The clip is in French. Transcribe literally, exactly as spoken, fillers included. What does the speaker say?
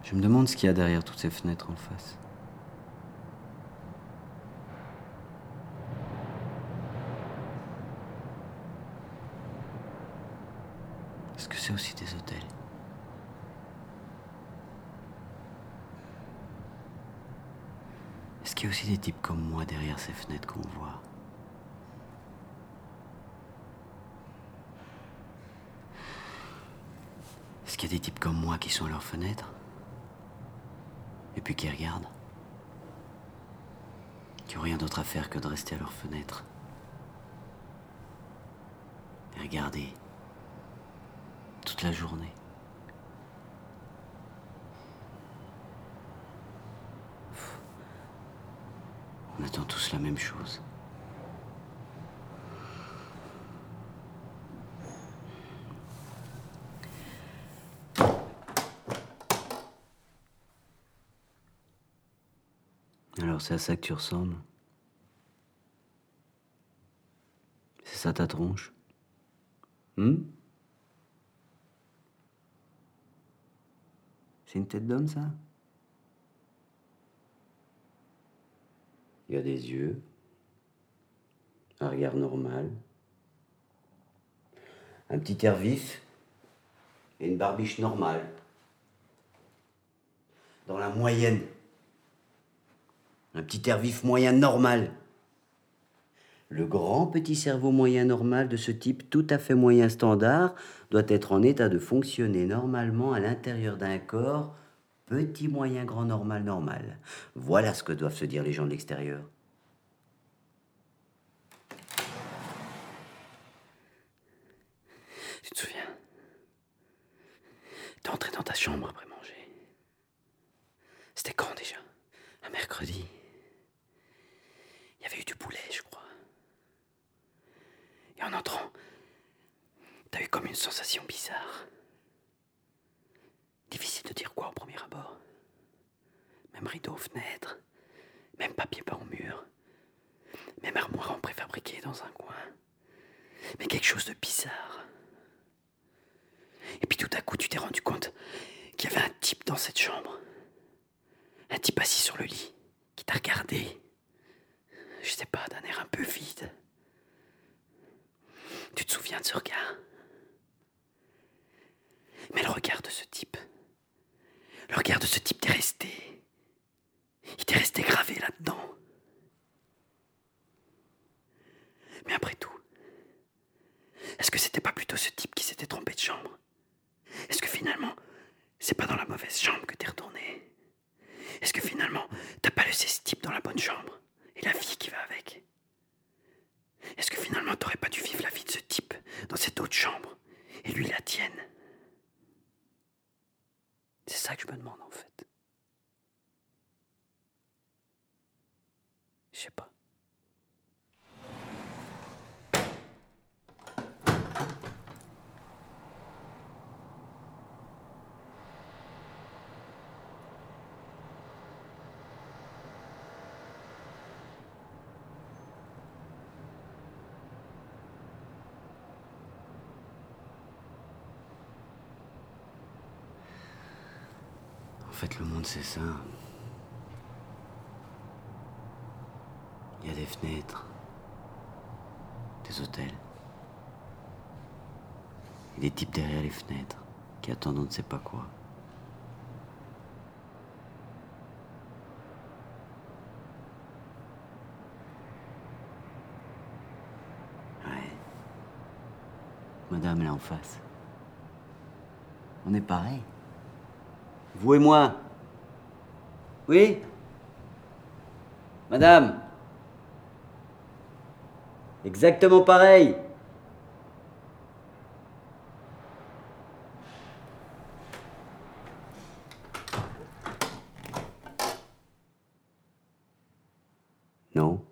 Je me demande ce qu'il y a derrière toutes ces fenêtres en face. Est-ce que c'est aussi des hôtels? Est-ce qu'il y a aussi des types comme moi derrière ces fenêtres qu'on voit? Est-ce qu'il y a des types comme moi qui sont à leurs fenêtres? Et puis qui regardent? Qui n'ont rien d'autre à faire que de rester à leurs fenêtres? Et regarder. Toute la journée. On attend tous la même chose. Alors c'est à ça que tu ressembles? C'est ça ta tronche? Hum? C'est une tête d'homme, ça? Il y a des yeux, un regard normal, un petit air vif et une barbiche normale. Dans la moyenne. Un petit air vif moyen normal. Le grand petit cerveau moyen normal de ce type tout à fait moyen standard doit être en état de fonctionner normalement à l'intérieur d'un corps petit moyen grand normal normal. Voilà ce que doivent se dire les gens de l'extérieur. Tu te souviens? T'es entré dans ta chambre après manger. C'était quand déjà? Un mercredi. Il y avait eu du poulet, je crois. Et en entrant, t'as eu comme une sensation bizarre. Difficile de dire quoi au premier abord. Même rideau, fenêtre, même papier peint au mur, même armoire en préfabriqué dans un coin. Mais quelque chose de bizarre. Et puis tout à coup, tu t'es rendu compte qu'il y avait un type dans cette chambre. Un type assis sur le lit, qui t'a regardé. Je sais pas, d'un air un peu vide. Tu te souviens de ce regard? Mais le regard de ce type, le regard de ce type t'est resté. Il t'est resté gravé là-dedans. Mais après tout, est-ce que c'était pas plutôt ce type qui s'était trompé de chambre? Est-ce que finalement, c'est pas dans la mauvaise chambre que t'es retourné? Est-ce que finalement, t'as pas laissé ce type dans la bonne chambre? Et la vie qui va avec? Est-ce que finalement, t'aurais pas dû vivre la vie de ce type dans cette autre chambre? Et lui la tienne? C'est ça que je me demande en fait. Je sais pas. En fait, le monde, c'est ça. Il y a des fenêtres, des hôtels, et des types derrière les fenêtres qui attendent on ne sait pas quoi. Ouais. Madame, là en face. On est pareil. Vous et moi. Oui? Madame? Exactement pareil. Non?